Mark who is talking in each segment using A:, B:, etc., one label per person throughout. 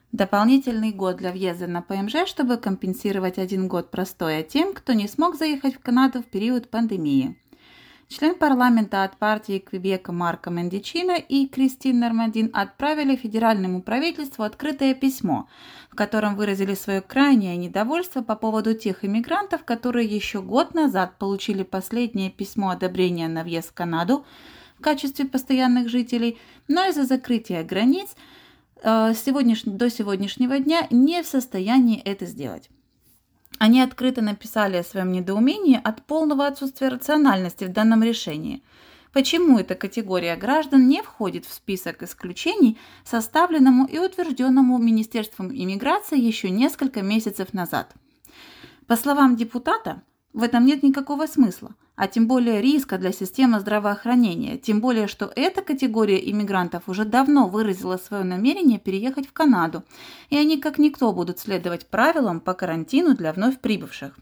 A: Дополнительный год для въезда на ПМЖ, чтобы компенсировать 1 год простоя тем, кто не смог заехать в Канаду в период пандемии. Член парламента от партии Квебека Марко Мендичино и Кристин Нормандин отправили федеральному правительству открытое письмо, в котором выразили свое крайнее недовольство по поводу тех иммигрантов, которые еще год назад получили последнее письмо одобрения на въезд в Канаду в качестве постоянных жителей, но из-за закрытия границ до сегодняшнего дня не в состоянии это сделать. Они открыто написали о своем недоумении от полного отсутствия рациональности в данном решении. Почему эта категория граждан не входит в список исключений, составленному и утвержденному Министерством иммиграции еще несколько месяцев назад? По словам депутата, в этом нет никакого смысла, а тем более риска для системы здравоохранения, тем более, что эта категория иммигрантов уже давно выразила свое намерение переехать в Канаду, и они как никто будут следовать правилам по карантину для вновь прибывших.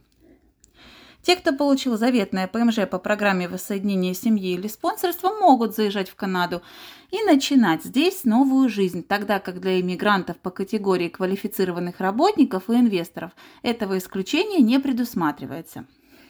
A: Те, кто получил заветное ПМЖ по программе воссоединения семьи или спонсорства, могут заезжать в Канаду и начинать здесь новую жизнь, тогда как для иммигрантов по категории квалифицированных работников и инвесторов этого исключения не предусматривается.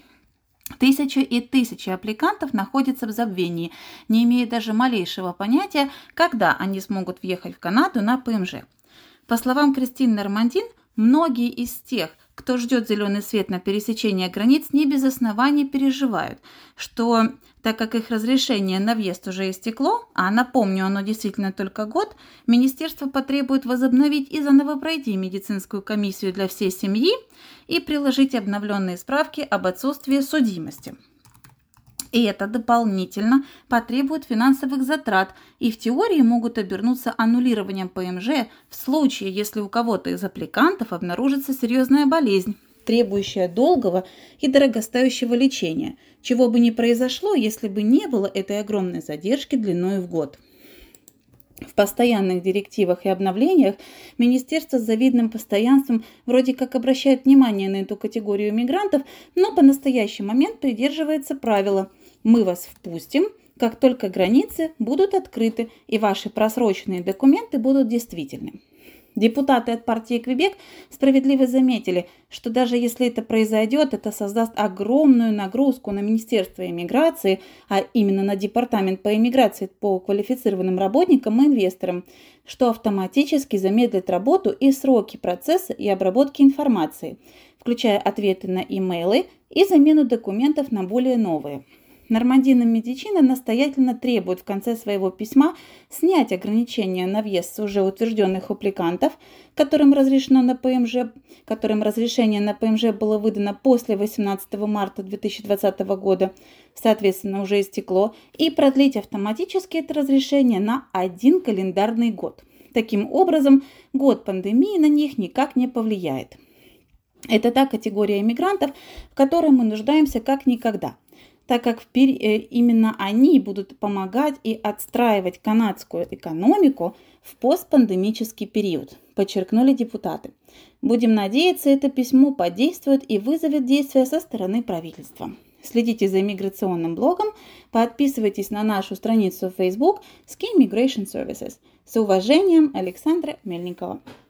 A: Тысячи и тысячи аппликантов находятся в забвении, не имея даже малейшего понятия, когда они смогут въехать в Канаду на ПМЖ. По словам Кристин Нормандин, многие из тех, кто ждет зеленый свет на пересечение границ, не без оснований переживают, что, так как их разрешение на въезд уже истекло, а напомню, оно действительно только год, министерство потребует возобновить и заново пройти медицинскую комиссию для всей семьи и приложить обновленные справки об отсутствии судимости. И это дополнительно потребует финансовых затрат и в теории могут обернуться аннулированием ПМЖ в случае, если у кого-то из аппликантов обнаружится серьезная болезнь, требующая долгого и дорогостоящего лечения, чего бы ни произошло, если бы не было этой огромной задержки длиной в год. В постоянных директивах и обновлениях министерство с завидным постоянством вроде как обращает внимание на эту категорию мигрантов, но по настоящий момент придерживается правила «Мы вас впустим, как только границы будут открыты и ваши просроченные документы будут действительны». Депутаты от партии Квебек справедливо заметили, что даже если это произойдет, это создаст огромную нагрузку на Министерство иммиграции, а именно на Департамент по иммиграции по квалифицированным работникам и инвесторам, что автоматически замедлит работу и сроки процесса и обработки информации, включая ответы на имейлы и замену документов на более новые. Нормандин и Мендичино настоятельно требуют в конце своего письма снять ограничения на въезд с уже утвержденных аппликантов, которым разрешение на ПМЖ было выдано после 18 марта 2020 года, соответственно, уже истекло, и продлить автоматически это разрешение на 1 календарный год. Таким образом, год пандемии на них никак не повлияет. Это та категория иммигрантов, в которой мы нуждаемся как никогда, так как именно они будут помогать и отстраивать канадскую экономику в постпандемический период, подчеркнули депутаты. Будем надеяться, это письмо подействует и вызовет действия со стороны правительства. Следите за иммиграционным блогом, подписывайтесь на нашу страницу в Facebook Ski Immigration Services. С уважением, Александра Мельникова.